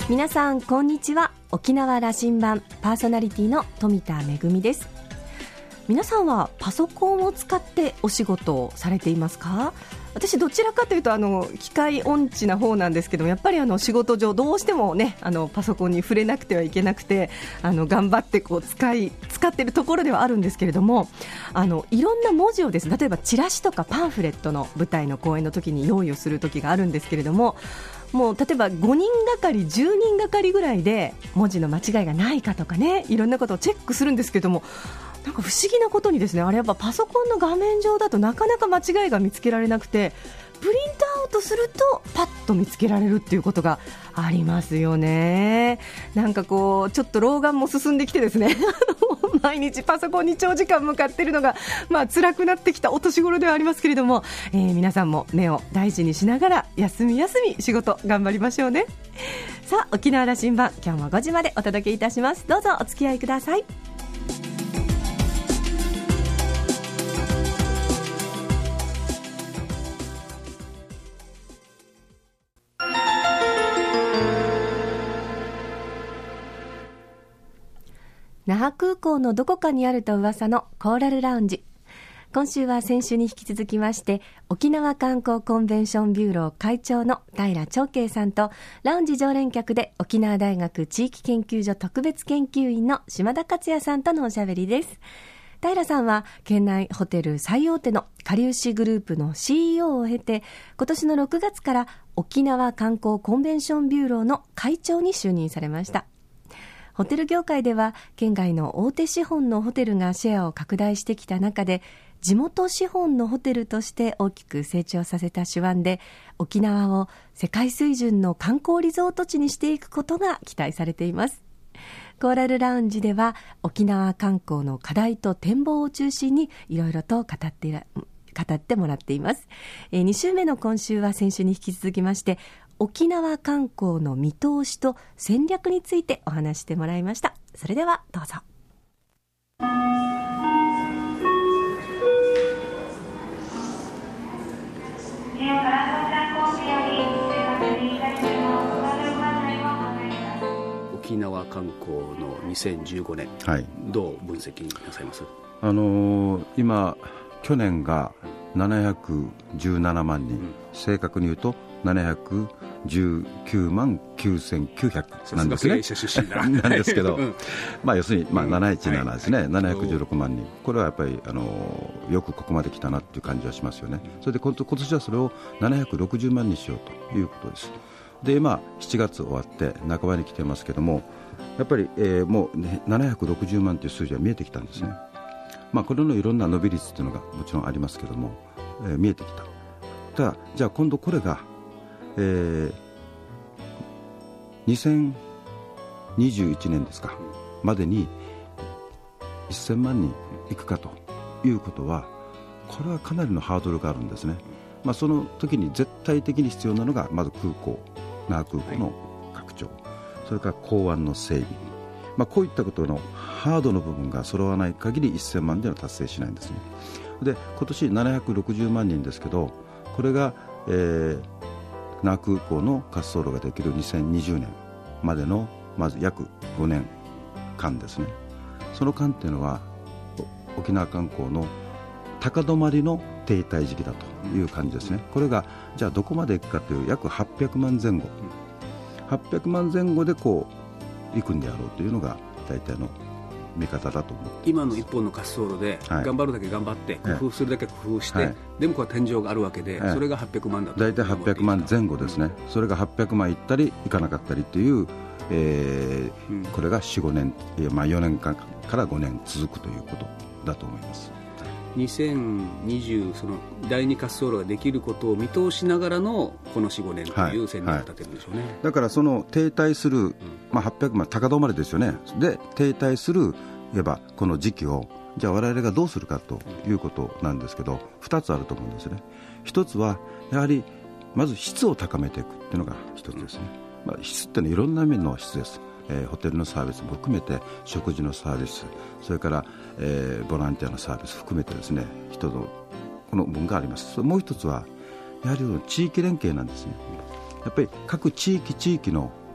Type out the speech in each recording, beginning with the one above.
皆さんこんにちは。沖縄羅針盤パーソナリティの富田恵です。皆さんはパソコンを使ってお仕事をされていますか？私どちらかというと機械音痴な方なんですけども、やっぱり仕事上どうしてもねパソコンに触れなくてはいけなくて頑張ってこう使っているところではあるんですけれども、いろんな文字をですね、例えばチラシとかパンフレットの舞台の公演の時に用意をする時があるんですけれども、もう例えば5人がかり10人がかりぐらいで文字の間違いがないかとかね、いろんなことをチェックするんですけども、なんか不思議なことにですね、あれやっぱパソコンの画面上だとなかなか間違いが見つけられなくて、プリントアウトするとパッと見つけられるっていうことがありますよね。なんかこうちょっと老眼も進んできてですね毎日パソコンに長時間向かっているのが辛くなってきたお年頃ではありますけれども、皆さんも目を大事にしながら休み仕事頑張りましょうね。さあ、沖縄羅針盤、今日も5時までお届けいたします。どうぞお付き合いください。那覇空港のどこかにあると噂のコーラルラウンジ。今週は先週に引き続きまして、沖縄観光コンベンションビューロー会長の平長慶さんと、ラウンジ常連客で沖縄大学地域研究所特別研究員の島田克也さんとのおしゃべりです。平さんは県内ホテル最大手のかりゆしグループの CEO を経て、今年の6月から沖縄観光コンベンションビューローの会長に就任されました。ホテル業界では県外の大手資本のホテルがシェアを拡大してきた中で、地元資本のホテルとして大きく成長させた手腕で、沖縄を世界水準の観光リゾート地にしていくことが期待されています。コーラルラウンジでは沖縄観光の課題と展望を中心にいろいろと語ってもらっています。2週目の今週は先週に引き続きまして、沖縄観光の見通しと戦略についてお話してもらいました。それではどうぞ。 沖縄観光の2015年、はい、どう分析なさいます？ 今去年が717万人、正確に言うと719万9900なんですね。なんですけど、要するに、717ですね、716万人。これはやっぱりよくここまで来たなっていう感じはしますよね。それで今年はそれを760万にしようということです。で今7月終わって半ばに来てますけども、やっぱり、もう、ね、760万という数字は見えてきたんですね。これのいろんな伸び率というのがもちろんありますけども、見えてきた。ただじゃあ今度これが、2021年ですかまでに1000万人いくかということは、これはかなりのハードルがあるんですね。その時に絶対的に必要なのがまず那覇空港の拡張、それから港湾の整備、こういったことのハードの部分が揃わない限り1000万では達成しないんですね。で今年760万人ですけど、これが、那覇空港の滑走路ができる2020年までのまず約5年間ですね。その間っていうのは沖縄観光の高止まりの停滞時期だという感じですね。これがじゃあどこまでいくかという約800万前後、800万前後でこう行くんであろうというのが大体の見方だと思って、 今の一本の滑走路で頑張るだけ頑張って工夫するだけ工夫して、でもこれは天井があるわけで、それが800万だと。 大体800万前後ですね。それが800万いったりいかなかったりという、これが 4,5 年、4年間から5年続くということだと思います。 2020その第二滑走路ができることを見通しながらのこの 4,5 年という戦略を立てるんでしょうね。 だからその停滞する、800万高止まりですよね。で停滞するいわばこの時期をじゃあ我々がどうするかということなんですけど、2つあると思うんですね。1つはやはりまず質を高めていくっていうのが1つですね。質っていうのはいろんな面の質です。ホテルのサービスも含めて食事のサービス、それから、ボランティアのサービス含めてですね、人のこの分があります。もう一つはやはり地域連携なんですね。やっぱり各地域の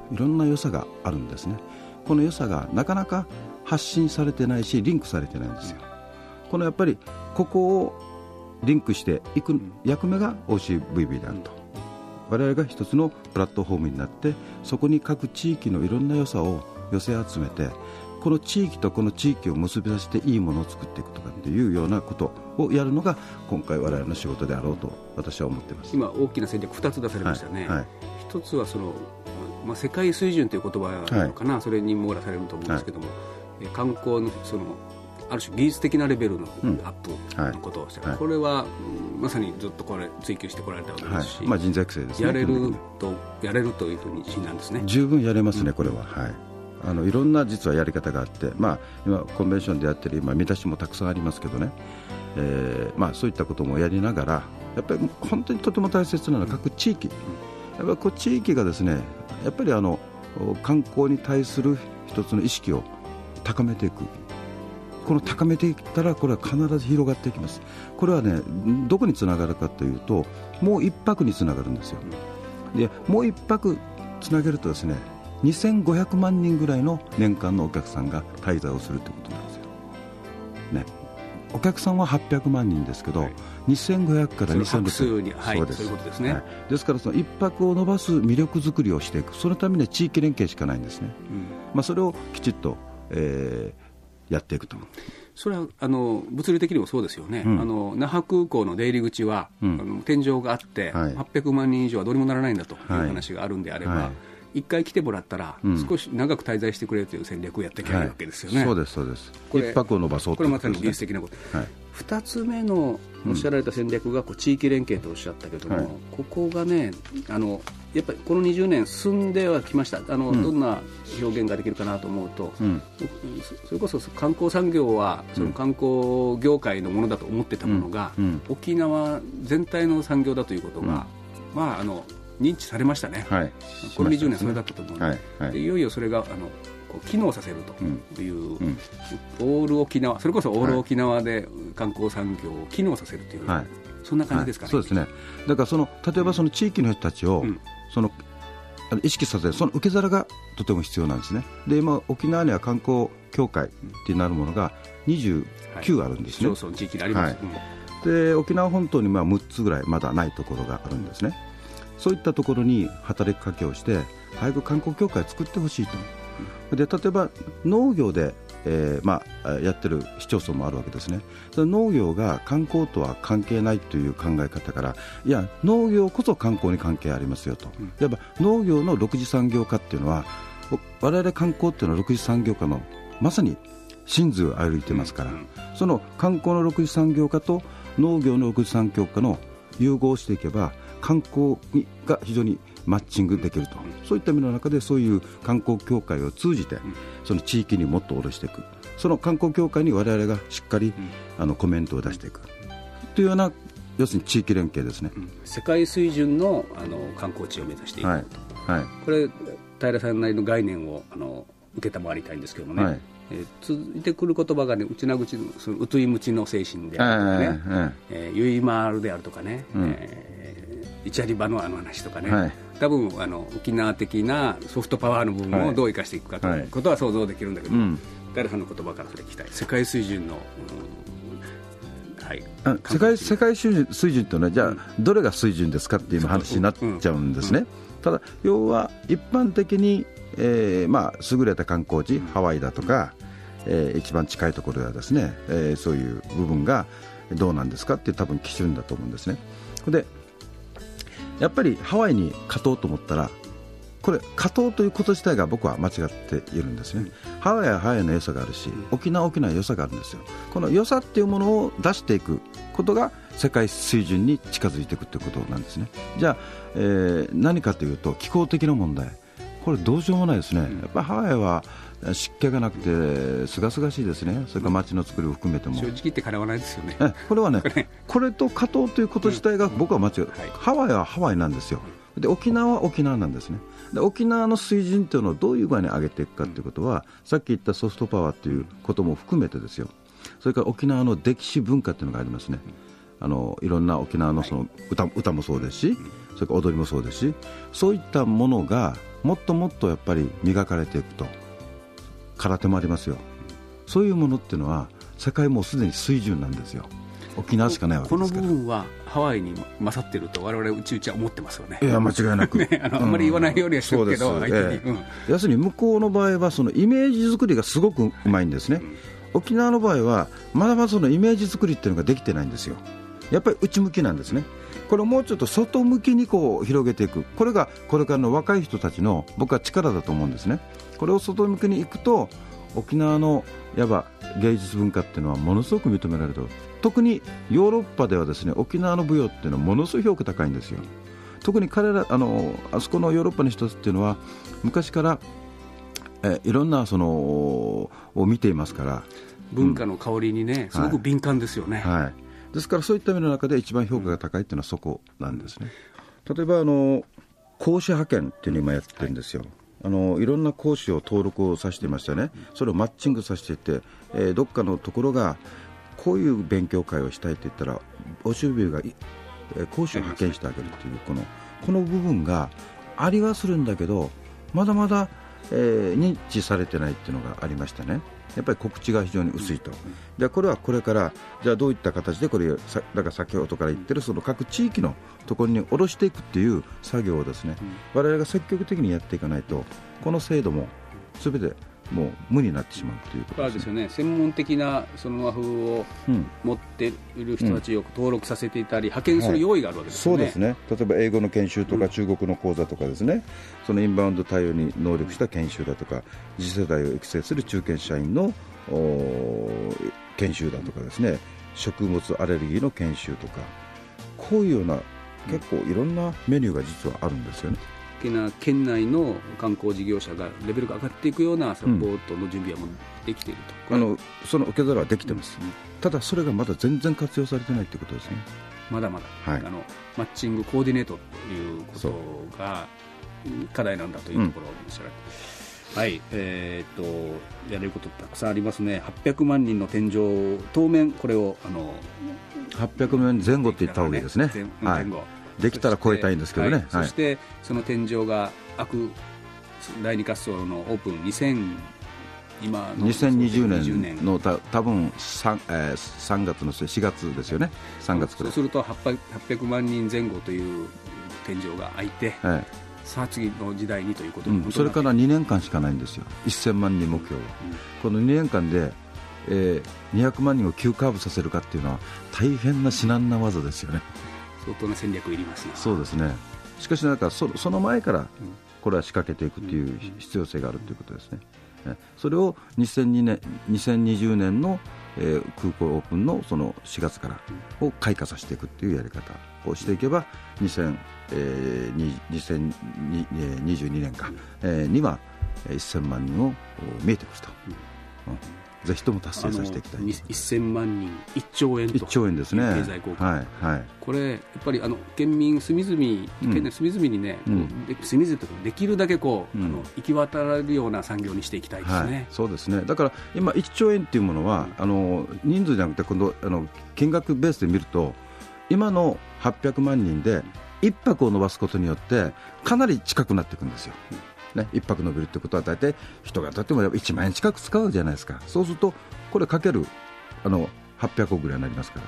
いろんな良さがあるんですね。この良さがなかなか発信されてないしリンクされてないんですよ。このやっぱりここをリンクしていく役目が OCVB であると、我々が一つのプラットフォームになって、そこに各地域のいろんな良さを寄せ集めて、この地域とこの地域を結び出していいものを作っていくとかっていうようなことをやるのが今回我々の仕事であろうと私は思っています。 今大きな戦略2つ出されましたね。一つはその、世界水準という言葉なのかな、それに網羅されると思うんですけども、観光のそのある種技術的なレベルのアップのことをして、これはまさにずっとこれ追求してこられたわけですし、 人材育成ですね。やれるというふうに自信なんですね。 十分やれますね、これは。いろんな実はやり方があって、今コンベンションでやってる見出しもたくさんありますけどね、そういったこともやりながら、やっぱり本当にとても大切なのは各地域、やっぱり地域がですね、やっぱり観光に対する一つの意識を高めていく。この高めていったらこれは必ず広がっていきます。これはね、どこにつながるかというと、もう一泊につながるんですよ。でもう一泊つなげるとですね、2500万人ぐらいの年間のお客さんが滞在をするということなんですよ、ね。お客さんは800万人ですけど、2500から2600、 そういうことですね。 ですからその一泊を伸ばす魅力づくりをしていく、そのためには地域連携しかないんですね。それをきちっと、やっていくと。 それは物理的にもそうですよね。那覇空港の出入り口は、天井があって、800万人以上はどうにもならないんだという話があるんであれば、一回来てもらったら、少し長く滞在してくれるという戦略をやっていけないわけですよね。 そうですそうです。一泊を伸ばそうということですね。 これまさに技術的なこと。2つ目のおっしゃられた戦略が地域連携とおっしゃったけども、ここがね、やっぱりこの20年進んではきました。どんな表現ができるかなと思うと、それこそ観光産業はその観光業界のものだと思ってたものが、沖縄全体の産業だということが、認知されましたね。この20年それだったと思うので、いよいよそれが機能させるという、オール沖縄、それこそオール沖縄で観光産業を機能させるという、そんな感じですかね。 そうですね。だから例えばその地域の人たちを、意識させるその受け皿がとても必要なんですね。で今沖縄には観光協会ってなるものが29あるんですね。 そう地域にあります。 で沖縄本島に6つぐらいまだないところがあるんですね。そういったところに働きかけをして早く観光協会を作ってほしいと。で例えば農業で、やってる市町村もあるわけですね。農業が観光とは関係ないという考え方から、いや農業こそ観光に関係ありますよと。いわば農業の6次産業化っていうのは、我々観光っていうのは6次産業化のまさに真髄を歩いてますから、その観光の6次産業化と農業の6次産業化の融合していけば観光が非常にマッチングできると。そういった意味の中でそういう観光協会を通じてその地域にもっと下ろしていく。その観光協会に我々がしっかりコメントを出していくというような、要するに地域連携ですね。 世界水準の観光地を目指していくと、これ平さんなりの概念を受けたまわりたいんですけどもね、続いてくる言葉がね、内な口のそのうといむちの精神であるとかね、ゆいまるであるとかね、イチャリバの話とかね、多分沖縄的なソフトパワーの部分をどう生かしていくかということは想像できるんだけど、平さんの言葉からそれ聞きたい。世界水準の、 世界水準というのはじゃあどれが水準ですかっていう話になっちゃうんですね。ただ要は一般的に、優れた観光地ハワイだとか、一番近いところではですね、そういう部分がどうなんですかっていう多分基準だと思うんですね。でやっぱりハワイに勝とうと思ったら、これ勝とうということ自体が僕は間違っているんですね。ハワイはハワイの良さがあるし、沖縄は沖縄の良さがあるんですよ。この良さっていうものを出していくことが世界水準に近づいていくということなんですね。じゃあ、何かというと気候的な問題、これどうしようもないですね。やっぱりハワイは湿気がなくてすがすがしいですね。それから街の作りを含めても正直言ってかなわないですよね。 これはねこれと勝とうということ自体が僕は間違う、ハワイはハワイなんですよ。で沖縄は沖縄なんですね。で沖縄の水準というのをどういう具合に上げていくかということは、さっき言ったソフトパワーということも含めてですよ。それから沖縄の歴史文化というのがありますね。 いろんな沖縄のその 歌もそうですし、それから踊りもそうですし、そういったものがもっともっとやっぱり磨かれていくと、空手もありますよ。そういうものっていうのは世界もうすでに水準なんですよ。沖縄しかないわけですから。 この部分はハワイに勝ってると我々うちは思ってますよね。 いや間違いなく、 ね、あんまり言わないようにはしてるけど、相手に、 要するに向こうの場合はそのイメージ作りがすごくうまいんですね。沖縄の場合はまだまだそのイメージ作りっていうのができてないんですよ。やっぱり内向きなんですね。これをもうちょっと外向きにこう広げていく、これがこれからの若い人たちの僕は力だと思うんですね。これを外向きにいくと沖縄のいわば芸術文化っていうのはものすごく認められると。特にヨーロッパではですね、沖縄の舞踊っていうのはものすごい評価高いんですよ。特に彼らあそこのヨーロッパの人っていうのは昔からいろんなそのを見ていますから、 文化の香りにね、すごく敏感ですよね。 はい、ですからそういった意味の中で一番評価が高いっていうのはそこなんですね。例えば講師派遣っていうのを今やってるんですよ。いろんな講師を登録をさせていましたね。それをマッチングさせていって、どっかのところがこういう勉強会をしたいと言ったら募集日が講師を派遣してあげるというこの部分がありはするんだけど、まだまだ、認知されてないっていうのがありましたね。やっぱり告知が非常に薄いと。じゃあこれはこれからじゃあどういった形でこれだから先ほどから言ってるその各地域のところに下ろしていくっていう作業をですね、我々が積極的にやっていかないとこの制度も全てもう無になってしまうということですね。 専門的なその和風を持っている人たちを登録させていたり、派遣する用意があるわけですね。 そうですね。例えば英語の研修とか中国の講座とかですね、そのインバウンド対応に能力した研修だとか、次世代を育成する中堅社員の研修だとかですね、食物アレルギーの研修とか、こういうような結構いろんなメニューが実はあるんですよね。 県内の観光事業者がレベルが上がっていくようなサポートの準備はもうできていると、 その受け皿はできてます、ただそれがまだ全然活用されてないということですね。 まだまだ、はい、マッチングコーディネートということが課題なんだというところをおっしゃられて、はい、やれることたくさんありますね。800万人の天井、当面これを 800万前後って言った方がいいですね。前後、できたら超えたいんですけどね。 そしてその天井が開く第2滑走のオープン 2020年の多分3月の4月ですよね。3月くらい。 そうすると800万人前後という天井が開いて、さあ次の時代にということで、 それから2年間しかないんですよ。1000万人目標は、この2年間で、200万人を急カーブさせるかっていうのは大変な至難な技ですよね。 相当な戦略いりますね。 そうですね。しかしなんかその前からこれは仕掛けていくという必要性があるということですね。それを2020年の、空港オープンのその4月からを開花させていくというやり方をしていけば2022年か、には1000万人を見えてくると、ぜひとも達成させていきたい。 1000万人1兆円と 1兆円ですね。 経済効果、これやっぱり県民隅々、県内隅々にね、隅々とできるだけ行き渡れるような産業にしていきたいですね。 そうですね。だから今1兆円っていうものは、人数じゃなくて今度金額ベースで見ると今の800万人で1泊を伸ばすことによってかなり近くなっていくんですよ。1泊伸びるということは大体人がとっても1万円近く使うじゃないですか。そうするとこれかける800億ぐらいになりますから、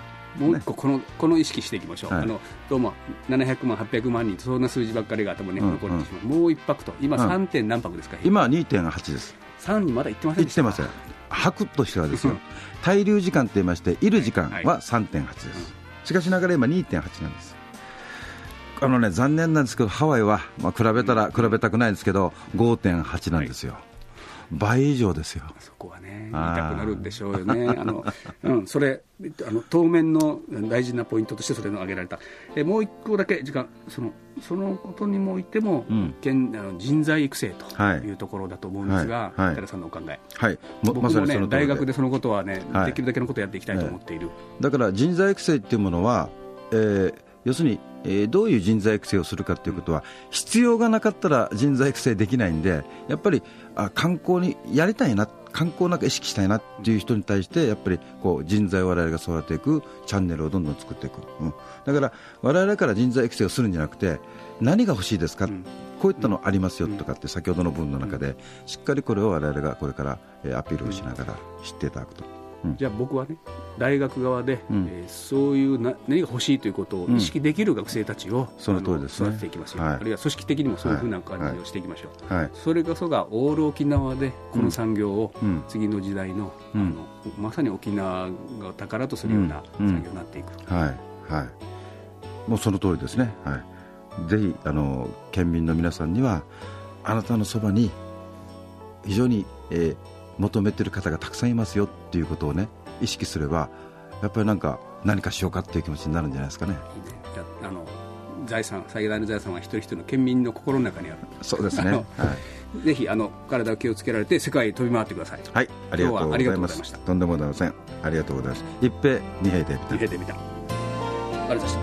もう一個この意識していきましょう。どうも700万800万人とそんな数字ばっかりが頭に残ってしまう。もう1泊と今 3. 点何泊ですか。 今 2.8 です。 3にまだ行ってませんでした。 行ってません。泊としてはですよ滞留時間と言いましている時間は 3.8 です、しかしながら今 2.8 なんです。残念なんですけどハワイは、比べたくないんですけど 5.8 なんですよ、倍以上ですよ。 そこはね言いたくなるんでしょうよね。それ当面の大事なポイントとしてそれの挙げられた。もう一個だけ時間そのことにもおいても、人材育成というところだと思うんですが、寺さんのお考え。僕もね、大学でそのことはね、できるだけのことをやっていきたいと思っている。 だから人材育成っていうものは、要するにどういう人材育成をするかということは必要がなかったら人材育成できないんで、やっぱり観光にやりたいな、 観光なんか意識したいなっていう人に対してやっぱりこう人材を我々が育てていくチャンネルをどんどん作っていく、だから我々から人材育成をするんじゃなくて何が欲しいですか、こういったのありますよとかって先ほどの文の中でしっかりこれを我々がこれからアピールをしながら知っていただくと、 じゃあ僕はね大学側で、そういう何が欲しいということを意識できる学生たちを、 その通りですね、 育てていきますよ、あるいは組織的にもそういうふうな感じをしていきましょう、それこそがオール沖縄でこの産業を次の時代の、まさに沖縄が宝とするような産業になっていく、 もうその通りですね、ぜひ県民の皆さんにはあなたのそばに非常に、求めている方がたくさんいますよっていうことをね意識すればやっぱり何かしようかっていう気持ちになるんじゃないですかね。 いいね、財産、最大の財産は一人一人の県民の心の中にある。 そうですね、 ぜひ体を気をつけられて世界へ飛び回ってください。 はい、ありがとうございます。とんでもございません。ありがとうございます。一平二平で見た。ありがとうございました。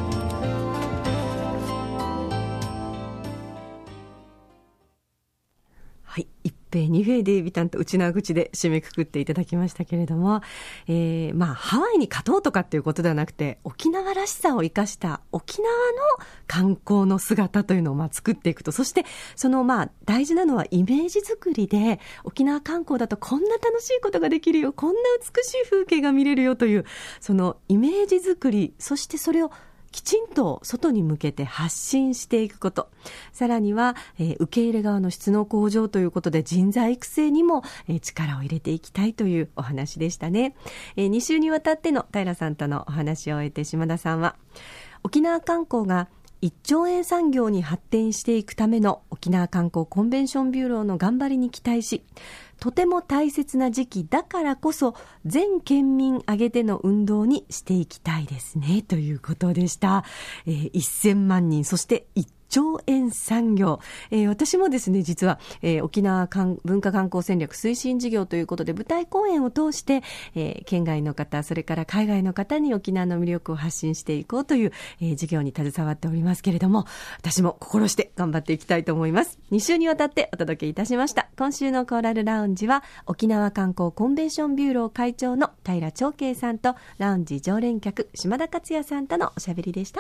はい、一平二平でビタンと内縄口で締めくくっていただきましたけれども、ハワイに勝とうとかっていうことではなくて沖縄らしさを生かした沖縄の観光の姿というのを作っていくと、そしてその大事なのはイメージ作りで沖縄観光だとこんな楽しいことができるよ、こんな美しい風景が見れるよというそのイメージ作り、そしてそれをきちんと外に向けて発信していくこと、さらには、受け入れ側の質の向上ということで人材育成にも、力を入れていきたいというお話でしたね。2週にわたっての平さんとのお話を終えて島田さんは、沖縄観光が1兆円産業に発展していくための沖縄観光コンベンションビューローの頑張りに期待し、とても大切な時期だからこそ全県民挙げての運動にしていきたいですねということでした。1000万人、そして1兆円産業、私もですね実は、沖縄文化観光戦略推進事業ということで舞台公演を通して、県外の方それから海外の方に沖縄の魅力を発信していこうという、事業に携わっておりますけれども、私も心して頑張っていきたいと思います。2週にわたってお届けいたしました。今週のコーラルラウンジは沖縄観光コンベンションビューロー会長の平長慶さんとラウンジ常連客島田克也さんとのおしゃべりでした。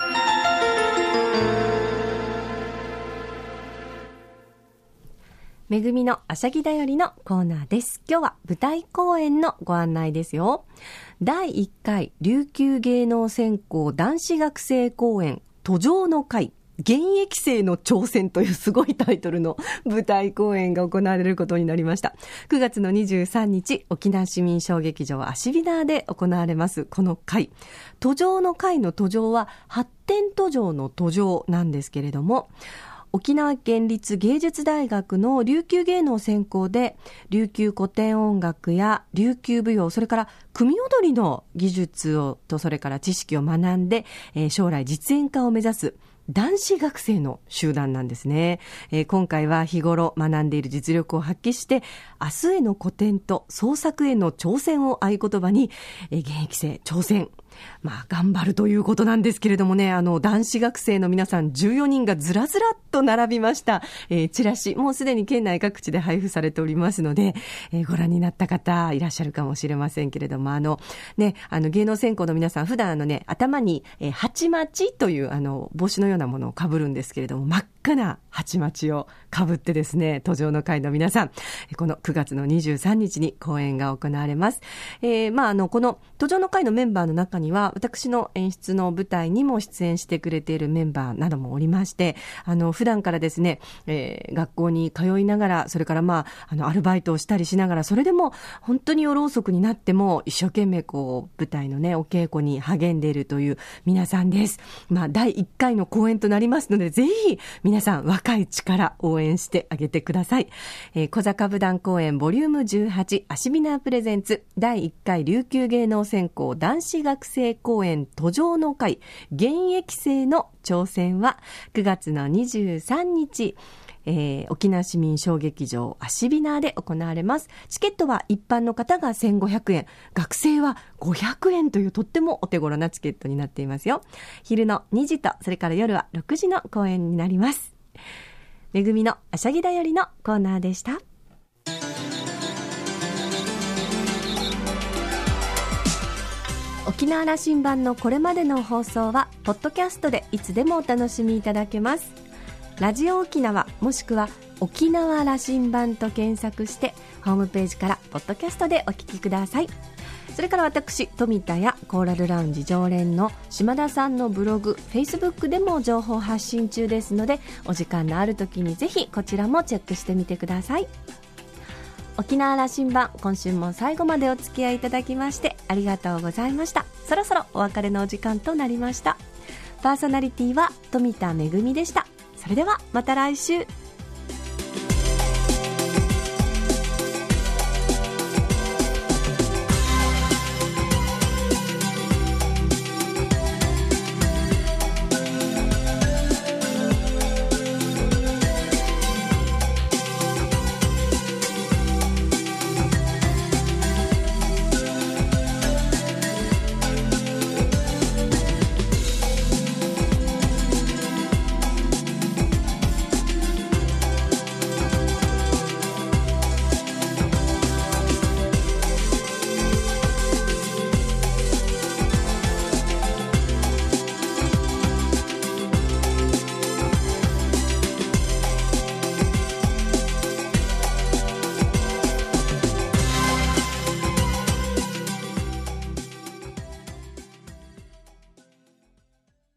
めぐみのあしゃぎだよりのコーナーです。今日は舞台公演のご案内ですよ。第1回琉球芸能専攻男子学生公演途上の会現役生の挑戦というすごいタイトルの舞台公演が行われることになりました。9月の23日沖縄市民小劇場アシビナーで行われますこの会、途上の会の途上は発展途上の途上なんですけれども、沖縄県立芸術大学の琉球芸能専攻で琉球古典音楽や琉球舞踊、それから組踊りの技術をとそれから知識を学んで、将来実演家を目指す男子学生の集団なんですね。今回は日頃学んでいる実力を発揮して明日への古典と創作への挑戦を合言葉に、現役生挑戦頑張るということなんですけれどもね、男子学生の皆さん14人がずらずらっと並びました、チラシもうすでに県内各地で配布されておりますので、ご覧になった方いらっしゃるかもしれませんけれども、芸能専攻の皆さん普段頭に鉢巻きという帽子のようなものをかぶるんですけれども、真っ赤な鉢巻きをかぶってですね、途上の会の皆さん、この9月の23日に公演が行われます。この途上の会のメンバーの中には私の演出の舞台にも出演してくれているメンバーなどもおりまして、普段からですね、学校に通いながら、それからアルバイトをしたりしながら、それでも本当に夜遅くになっても一生懸命舞台のお稽古に励んでいるという皆さんです。第1回の公演となりますので、ぜひ皆さん若い力応援してあげてください。小坂武団公演ボリューム18アシビナープレゼンツ第1回琉球芸能専攻男子学生公演途上の会現役生の挑戦は9月の23日、沖縄市民小劇場アシビナーで行われます。チケットは一般の方が1500円、学生は500円というとってもお手頃なチケットになっていますよ。昼の2時とそれから夜は6時の公演になります。めぐみのあしゃぎだよりのコーナーでした。 沖縄羅針盤のこれまでの放送はポッドキャストでいつでもお楽しみいただけます。ラジオ沖縄もしくは沖縄羅針盤と検索してホームページからポッドキャストでお聞きください。それから私富田やコーラルラウンジ常連の島田さんのブログ、フェイスブックでも情報発信中ですので、お時間のある時にぜひこちらもチェックしてみてください。沖縄羅針盤、今週も最後までお付き合いいただきましてありがとうございました。そろそろお別れのお時間となりました。パーソナリティは富田恵でした。それではまた来週。